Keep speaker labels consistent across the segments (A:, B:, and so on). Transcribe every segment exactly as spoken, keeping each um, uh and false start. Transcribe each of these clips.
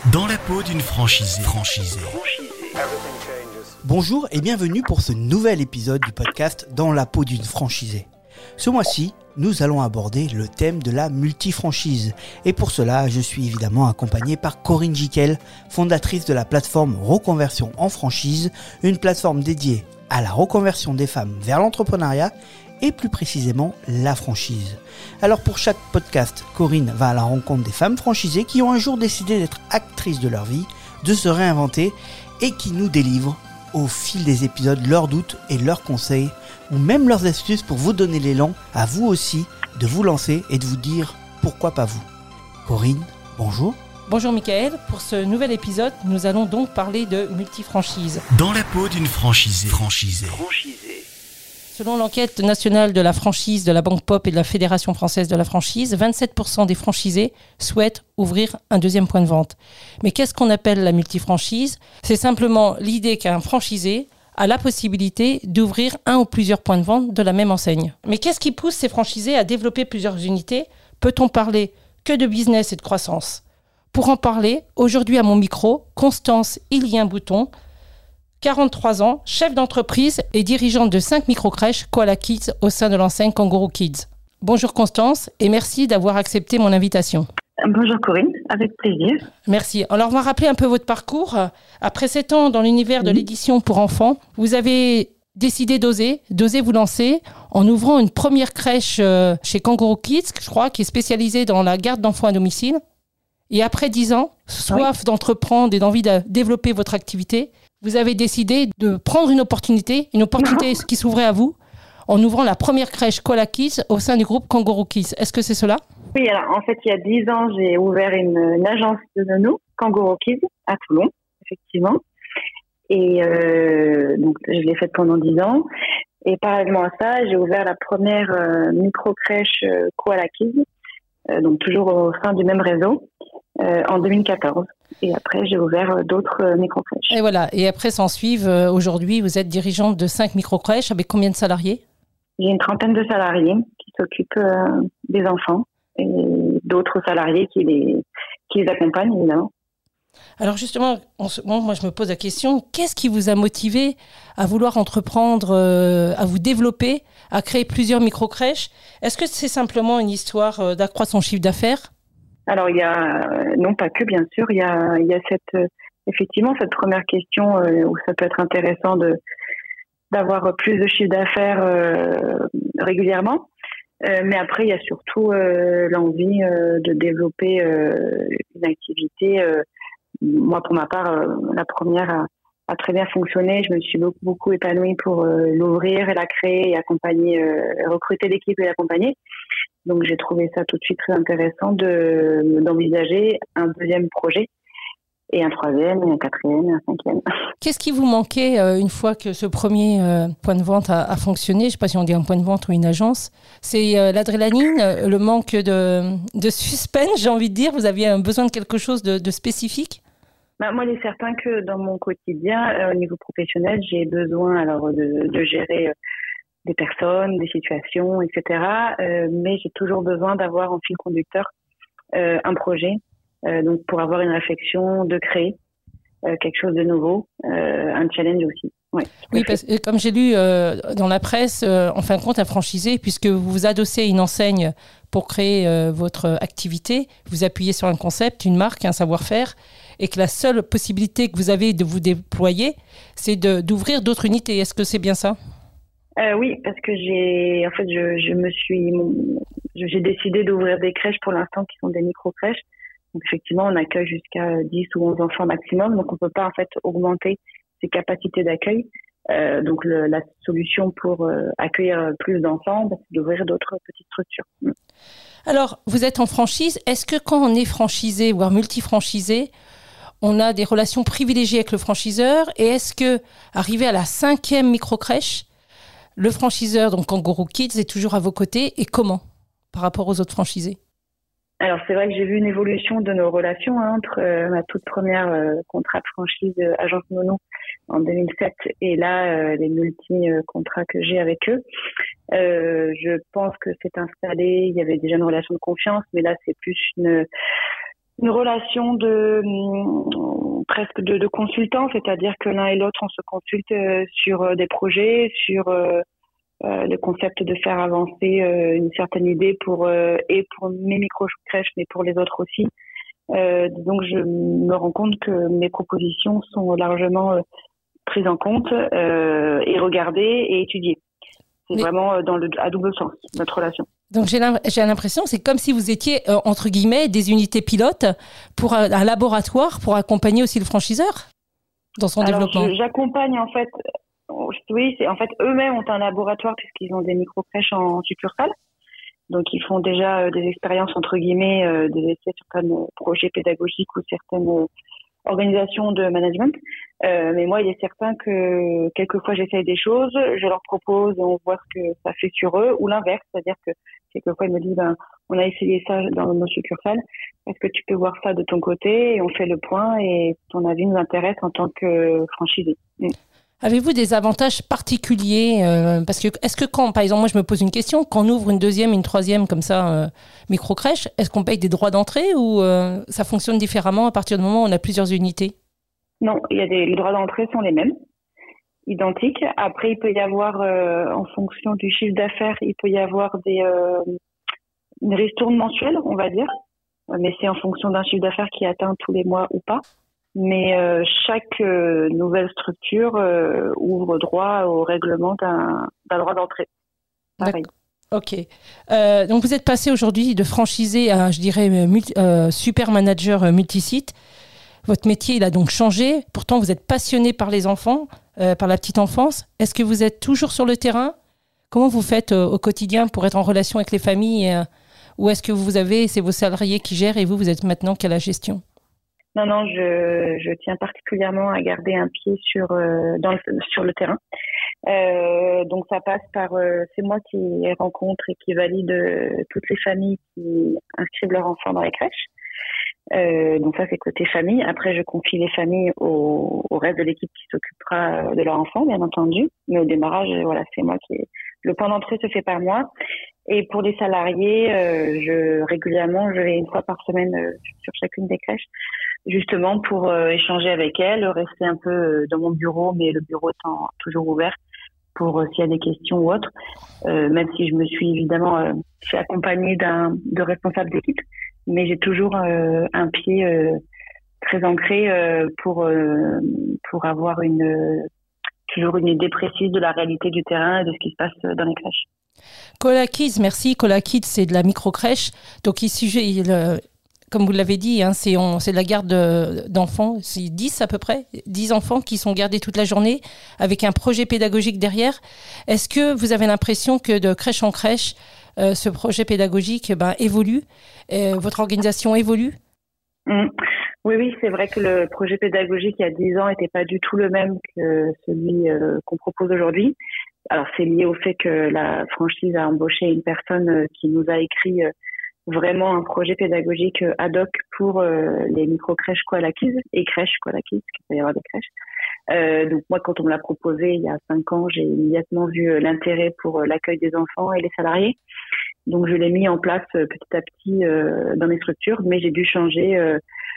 A: Dans la peau d'une franchisée. Franchisée.
B: Bonjour et bienvenue pour ce nouvel épisode du podcast Dans la peau d'une franchisée. Ce mois-ci, nous allons aborder le thème de la multifranchise. Et pour cela, je suis évidemment accompagné par Corinne Jiquel, fondatrice de la plateforme Reconversion en franchise, une plateforme dédiée à la reconversion des femmes vers l'entrepreneuriat et plus précisément la franchise. Alors pour chaque podcast, Corinne va à la rencontre des femmes franchisées qui ont un jour décidé d'être actrices de leur vie, de se réinventer et qui nous délivrent au fil des épisodes leurs doutes et leurs conseils ou même leurs astuces pour vous donner l'élan à vous aussi de vous lancer et de vous dire pourquoi pas vous. Corinne, bonjour.
C: Bonjour Mickaël, pour ce nouvel épisode, nous allons donc parler de multifranchise.
A: Dans la peau d'une franchisée. Franchisée.
C: Selon l'enquête nationale de la franchise de la Banque Pop et de la Fédération française de la franchise, vingt-sept pour cent des franchisés souhaitent ouvrir un deuxième point de vente. Mais qu'est-ce qu'on appelle la multifranchise ? C'est simplement l'idée qu'un franchisé a la possibilité d'ouvrir un ou plusieurs points de vente de la même enseigne. Mais qu'est-ce qui pousse ces franchisés à développer plusieurs unités ? Peut-on parler que de business et de croissance ? Pour en parler, aujourd'hui à mon micro, Constance Illien-Bouton, quarante-trois ans, chef d'entreprise et dirigeante de cinq microcrèches Koala Kids au sein de l'enseigne Kangourou Kids. Bonjour Constance et merci d'avoir accepté mon invitation.
D: Bonjour Corinne, avec plaisir.
C: Merci. Alors on va rappeler un peu votre parcours. Après sept ans dans l'univers de
D: Oui.
C: l'édition pour enfants, vous avez décidé d'oser, d'oser vous lancer en ouvrant une première crèche chez Kangourou Kids, je crois, qui est spécialisée dans la garde d'enfants à domicile. Et après dix ans, soif oui. d'entreprendre et d'envie de développer votre activité, vous avez décidé de prendre une opportunité, une opportunité qui s'ouvrait à vous, en ouvrant la première crèche Koala Kids au sein du groupe Kangourou Kids. Est-ce que c'est cela ?
D: Oui, alors en fait, il y a dix ans, j'ai ouvert une, une agence de nono, Kangourou Kids, à Toulon, effectivement. Et euh, donc, je l'ai faite pendant dix ans. Et parallèlement à ça, j'ai ouvert la première euh, micro-crèche euh, Koala Kids, euh, donc toujours au sein du même réseau, euh, en deux mille quatorze. Et après, j'ai ouvert d'autres micro-crèches.
C: Et voilà. Et après, s'en suivent, euh, aujourd'hui, vous êtes dirigeante de cinq micro-crèches avec combien de salariés ?
D: J'ai une trentaine de salariés qui s'occupent euh, des enfants et d'autres salariés qui les, qui les accompagnent, évidemment.
C: Alors justement, en ce moment, moi, je me pose la question, qu'est-ce qui vous a motivé à vouloir entreprendre, euh, à vous développer, à créer plusieurs micro-crèches ? Est-ce que c'est simplement une histoire euh, d'accroître son chiffre d'affaires ?
D: Alors, il y a, non pas que, bien sûr, il y a, il y a cette, effectivement, cette première question euh, où ça peut être intéressant de, d'avoir plus de chiffre d'affaires euh, régulièrement. Euh, mais après, il y a surtout euh, l'envie euh, de développer euh, une activité. Euh, moi, pour ma part, euh, la première a, a très bien fonctionné. Je me suis beaucoup, beaucoup épanouie pour euh, l'ouvrir et la créer et accompagner, euh, recruter l'équipe et l'accompagner. Donc, j'ai trouvé ça tout de suite très intéressant de, d'envisager un deuxième projet, et un troisième, et un quatrième, et un cinquième.
C: Qu'est-ce qui vous manquait euh, une fois que ce premier euh, point de vente a, a fonctionné ? Je ne sais pas si on dit un point de vente ou une agence. C'est euh, l'adrénaline, euh, le manque de, de suspense, j'ai envie de dire. Vous aviez un besoin de quelque chose de, de spécifique ?
D: Bah, moi, il est certain que dans mon quotidien, euh, au niveau professionnel, j'ai besoin alors de, de gérer euh, des personnes, des situations, et cetera. Euh, mais j'ai toujours besoin d'avoir en fil conducteur euh, un projet, euh, donc pour avoir une réflexion, de créer euh, quelque chose de nouveau, euh, un challenge aussi. Ouais,
C: oui, parce que comme j'ai lu euh, dans la presse, euh, en fin de compte, un franchisé, puisque vous vous adossez à une enseigne pour créer euh, votre activité, vous appuyez sur un concept, une marque, un savoir-faire, et que la seule possibilité que vous avez de vous déployer, c'est de, d'ouvrir d'autres unités. Est-ce que c'est bien ça ?
D: Euh, oui, parce que j'ai, en fait, je, je me suis, j'ai décidé d'ouvrir des crèches pour l'instant qui sont des micro-crèches. Donc, effectivement, on accueille jusqu'à dix ou onze enfants maximum. Donc, on peut pas, en fait, augmenter ses capacités d'accueil. Euh, donc, le, la solution pour euh, accueillir plus d'enfants, bah, c'est d'ouvrir d'autres petites structures.
C: Alors, vous êtes en franchise. Est-ce que quand on est franchisé, voire multifranchisé, on a des relations privilégiées avec le franchiseur ? Et est-ce que, arrivé à la cinquième micro-crèche, le franchiseur, donc Kangourou Kids, est toujours à vos côtés, et comment par rapport aux autres franchisés ?
D: Alors, c'est vrai que j'ai vu une évolution de nos relations hein, entre euh, ma toute première euh, contrat de franchise euh, Agence Nono en deux mille sept et là, euh, les multi-contrats que j'ai avec eux. Euh, je pense que c'est installé, il y avait déjà une relation de confiance, mais là, c'est plus une une relation de hum, presque de, de consultant, c'est-à-dire que l'un et l'autre on se consulte euh, sur euh, des projets, sur euh, euh, le concept de faire avancer euh, une certaine idée pour euh, et pour mes micro-crèches, mais pour les autres aussi. Euh, donc je me rends compte que mes propositions sont largement euh, prises en compte euh, et regardées et étudiées. C'est mais... vraiment dans le à double sens notre relation.
C: Donc j'ai l'impression, c'est comme si vous étiez, euh, entre guillemets, des unités pilotes pour un, un laboratoire pour accompagner aussi le franchiseur dans son
D: Alors,
C: développement.
D: Je, j'accompagne en fait, oui, c'est en fait eux-mêmes ont un laboratoire puisqu'ils ont des micro-crèches en succursale. Donc ils font déjà euh, des expériences entre guillemets, euh, des essais sur certains projets pédagogiques ou certaines euh, organisation de management. Euh, mais moi, il est certain que quelquefois, j'essaye des choses, je leur propose, on voit ce que ça fait sur eux, ou l'inverse, c'est-à-dire que quelquefois, ils me disent, ben, on a essayé ça dans nos succursales, est-ce que tu peux voir ça de ton côté? Et on fait le point et ton avis nous intéresse en tant que franchisé. Mm.
C: Avez-vous des avantages particuliers euh, parce que est-ce que quand, par exemple, moi je me pose une question, quand on ouvre une deuxième, une troisième comme ça, euh, micro-crèche, est-ce qu'on paye des droits d'entrée ou euh, ça fonctionne différemment à partir du moment où on a plusieurs unités?
D: Non, il y a des, les droits d'entrée sont les mêmes, identiques. Après, il peut y avoir, euh, en fonction du chiffre d'affaires, il peut y avoir des euh, une ristourne mensuelle, on va dire, mais c'est en fonction d'un chiffre d'affaires qui est atteint tous les mois ou pas. Mais euh, chaque euh, nouvelle structure euh, ouvre droit au règlement d'un, d'un droit d'entrée. Pareil.
C: Ok. Euh, donc vous êtes passé aujourd'hui de franchisé à, je dirais, multi, euh, super manager multisite. Votre métier, il a donc changé. Pourtant, vous êtes passionné par les enfants, euh, par la petite enfance. Est-ce que vous êtes toujours sur le terrain? Comment vous faites euh, au quotidien pour être en relation avec les familles euh, ou est-ce que vous avez, c'est vos salariés qui gèrent et vous, vous êtes maintenant qu'à la gestion?
D: Non, non, je, je tiens particulièrement à garder un pied sur euh, dans le, sur le terrain. Euh, donc ça passe par, euh, c'est moi qui rencontre et qui valide euh, toutes les familles qui inscrivent leurs enfants dans les crèches. Euh, donc ça c'est côté famille. Après je confie les familles au, au reste de l'équipe qui s'occupera de leurs enfants, bien entendu. Mais au démarrage, voilà, c'est moi qui le point d'entrée se fait par moi. Et pour les salariés, euh, je régulièrement, je vais une fois par semaine euh, sur chacune des crèches, justement pour euh, échanger avec elles, rester un peu euh, dans mon bureau, mais le bureau étant toujours ouvert pour euh, s'il y a des questions ou autres. Euh, même si je me suis évidemment euh, fait accompagner d'un de responsables d'équipe, mais j'ai toujours euh, un pied euh, très ancré euh, pour euh, pour avoir une euh, toujours une idée précise de la réalité du terrain et de ce qui se passe dans les crèches.
C: Cola Kids, merci. Cola Kids, c'est de la micro-crèche. Donc, ici, il, euh, comme vous l'avez dit, hein, c'est, on, c'est de la garde de, d'enfants. C'est dix à peu près, dix enfants qui sont gardés toute la journée avec un projet pédagogique derrière. Est-ce que vous avez l'impression que de crèche en crèche, euh, ce projet pédagogique ben, évolue, euh, votre organisation évolue?
D: Mmh. Oui, oui, c'est vrai que le projet pédagogique il y a dix ans n'était pas du tout le même que celui euh, qu'on propose aujourd'hui. Alors, c'est lié au fait que la franchise a embauché une personne euh, qui nous a écrit euh, vraiment un projet pédagogique euh, ad hoc pour euh, les micro-crèches Koala Kids et crèches Koala Kids, parce qu'il peut y avoir des crèches. Euh, donc, moi, quand on me l'a proposé il y a cinq ans, j'ai immédiatement vu euh, l'intérêt pour euh, l'accueil des enfants et les salariés. Donc, je l'ai mis en place euh, petit à petit euh, dans mes structures, mais j'ai dû changer euh,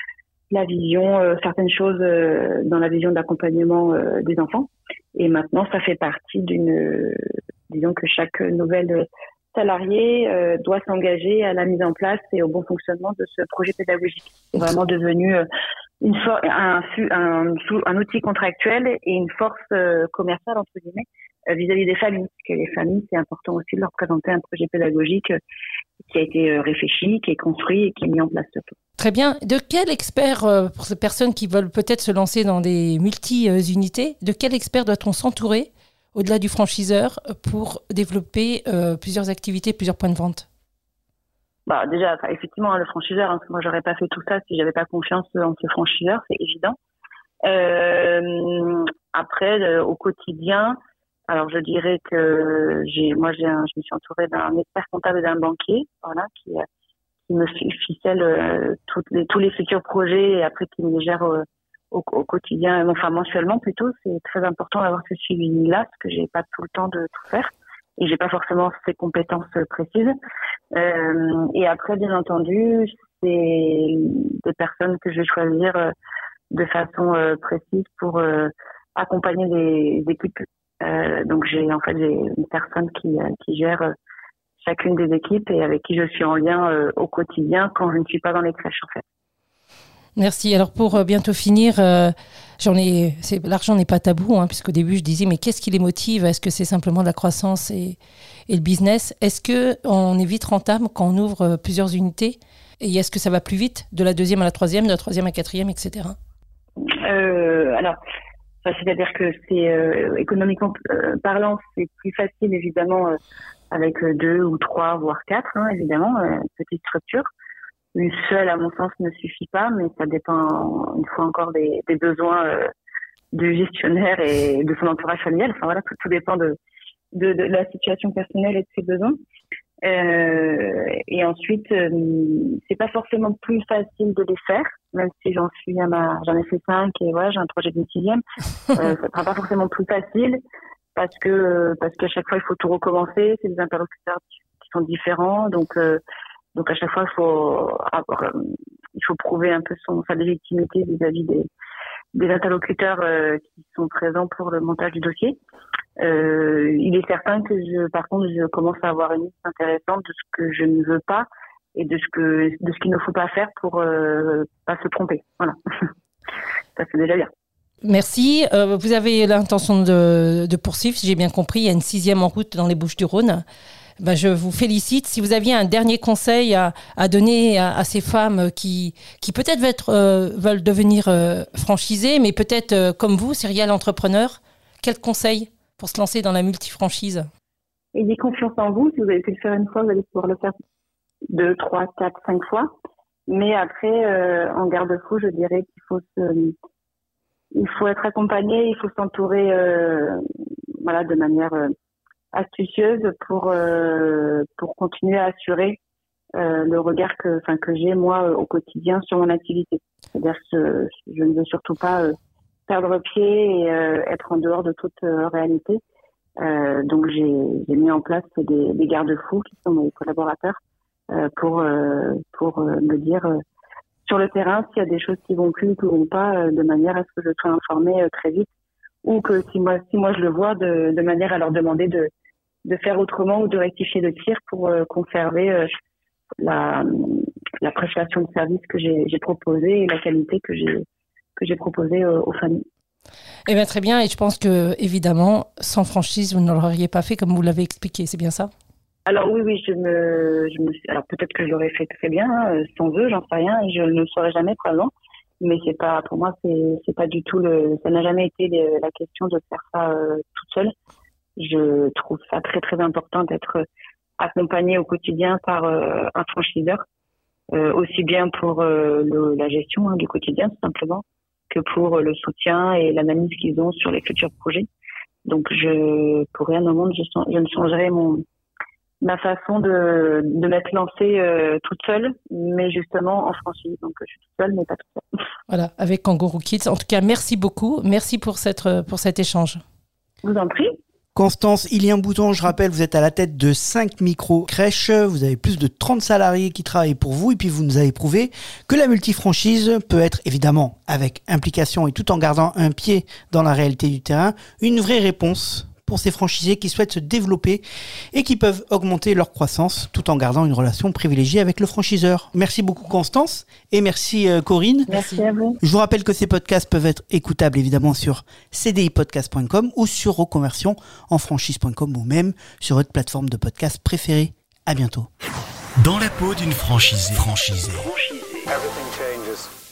D: la vision, euh, certaines choses euh, dans la vision d'accompagnement euh, des enfants. Et maintenant, ça fait partie d'une, euh, disons que chaque nouvelle salarié euh, doit s'engager à la mise en place et au bon fonctionnement de ce projet pédagogique. C'est vraiment devenu euh, une for- un, un, un outil contractuel et une force euh, commerciale, entre guillemets, euh, vis-à-vis des familles. Parce que les familles, c'est important aussi de leur présenter un projet pédagogique euh, qui a été euh, réfléchi, qui est construit et qui est mis en place surtout.
C: Très bien. De quel expert, euh, pour ces personnes qui veulent peut-être se lancer dans des multi-unités, de quel expert doit-on s'entourer au-delà du franchiseur pour développer euh, plusieurs activités, plusieurs points de vente?
D: Bah déjà, enfin, effectivement, hein, le franchiseur, hein, moi j'aurais pas fait tout ça si j'avais pas confiance en ce franchiseur, c'est évident. Euh, après, euh, au quotidien, alors je dirais que j'ai, moi j'ai, un, je me suis entourée d'un expert comptable et d'un banquier, voilà, qui, qui me ficelle euh, toutes les, tous les futurs projets et après qui me les gère euh, au, au quotidien, enfin mensuellement plutôt. C'est très important d'avoir ce suivi-là parce que j'ai pas tout le temps de tout faire et j'ai pas forcément ces compétences précises. Euh, et après, bien entendu, c'est des personnes que je vais choisir euh, de façon euh, précise pour euh, accompagner les équipes. Euh, donc j'ai en fait j'ai une personne qui euh, qui gère euh, chacune des équipes et avec qui je suis en lien euh, au quotidien quand je ne suis pas dans les crèches en fait.
C: Merci. Alors pour euh, bientôt finir, euh, j'en ai, c'est, l'argent n'est pas tabou, hein, puisqu'au début je disais mais qu'est-ce qui les motive ? Est-ce que c'est simplement de la croissance et, et le business ? Est-ce qu'on est vite rentable quand on ouvre euh, plusieurs unités ? Et est-ce que ça va plus vite de la deuxième à la troisième, de la troisième à la quatrième, et cetera.
D: euh, Alors, enfin, c'est-à-dire que c'est euh, économiquement euh, parlant, c'est plus facile évidemment euh, avec euh, deux ou trois voire quatre, hein, évidemment, euh, petite structure. Une seule, à mon sens, ne suffit pas, mais ça dépend une fois encore des, des besoins euh, du gestionnaire et de son entourage familial. Enfin voilà, tout, tout dépend de, de, de la situation personnelle et de ses besoins. Euh, et ensuite, euh, c'est pas forcément plus facile de les faire, même si j'en suis à ma, j'en ai fait cinq et voilà, j'ai un projet d'une sixième. Euh, ça sera pas forcément plus facile parce que parce qu'à chaque fois il faut tout recommencer. C'est des interlocuteurs qui sont différents, donc. Euh, Donc à chaque fois, il faut avoir, euh, il faut prouver un peu son sa légitimité vis-à-vis des, des interlocuteurs euh, qui sont présents pour le montage du dossier. Euh, il est certain que je, par contre, je commence à avoir une liste intéressante de ce que je ne veux pas et de ce que de ce qu'il ne faut pas faire pour euh, pas se tromper. Voilà, ça c'est déjà bien.
C: Merci. Euh, vous avez l'intention de, de poursuivre, si j'ai bien compris. Il y a une sixième en route dans les Bouches-du-Rhône. Ben, je vous félicite. Si vous aviez un dernier conseil à, à donner à, à ces femmes qui, qui peut-être veulent, être, euh, veulent devenir euh, franchisées, mais peut-être euh, comme vous, serial entrepreneurs, quel conseil pour se lancer dans la multifranchise ?
D: Ayez confiance en vous. Si vous avez pu le faire une fois, vous allez pouvoir le faire deux, trois, quatre, cinq fois. Mais après, euh, en garde-fou, je dirais qu'il faut se, il faut être accompagné, il faut s'entourer, euh, voilà, de manière euh, astucieuse pour euh, pour continuer à assurer euh, le regard que enfin que j'ai moi au quotidien sur mon activité. C'est-à-dire que je, je ne veux surtout pas euh, perdre pied et euh, être en dehors de toute euh, réalité. Euh, donc j'ai j'ai mis en place des, des garde-fous qui sont mes collaborateurs euh, pour euh, pour euh, me dire euh, sur le terrain s'il y a des choses qui vont plus ou qui vont pas, euh, de manière à ce que je sois informée euh, très vite. Ou que si moi, si moi je le vois, de, de manière à leur demander de, de faire autrement ou de rectifier le tir pour euh, conserver euh, la, la prestation de service que j'ai, j'ai proposée et la qualité que j'ai, que j'ai proposée euh, aux familles.
C: Eh bien, très bien. Et je pense que, évidemment, sans franchise, vous ne l'auriez pas fait comme vous l'avez expliqué. C'est bien ça ?
D: Alors oui, oui, je me, je me, alors peut-être que je l'aurais fait très bien, hein, sans eux, j'en sais rien, et je ne le saurais jamais probablement. Mais c'est pas, pour moi, c'est, c'est pas du tout le, ça n'a jamais été le, la question de faire ça euh, toute seule. Je trouve ça très très important d'être accompagnée au quotidien par euh, un franchiseur, euh, aussi bien pour euh, le, la gestion hein, du quotidien tout simplement que pour le soutien et l'analyse qu'ils ont sur les futurs projets. Donc je, pour rien au monde, je, je ne changerai mon ma façon de, de m'être lancée euh, toute seule, mais justement en franchise. Donc, je suis toute seule, mais pas toute seule.
C: Voilà, avec Kangourou Kids. En tout cas, merci beaucoup. Merci pour, cette, pour cet échange.
D: Je vous en prie.
B: Constance Illien-Bouton, je rappelle, vous êtes à la tête de cinq micro-crèches, vous avez plus de trente salariés qui travaillent pour vous et puis vous nous avez prouvé que la multifranchise peut être évidemment avec implication et tout en gardant un pied dans la réalité du terrain, une vraie réponse pour ces franchisés qui souhaitent se développer et qui peuvent augmenter leur croissance tout en gardant une relation privilégiée avec le franchiseur. Merci beaucoup Constance et merci euh, Corinne.
D: Merci à vous.
B: Je vous rappelle que ces podcasts peuvent être écoutables évidemment sur c d i podcast point com ou sur reconversion en franchise point com ou même sur votre plateforme de podcast préférée. À bientôt.
A: Dans la peau d'une franchisée. Franchisée.
E: Everything changes.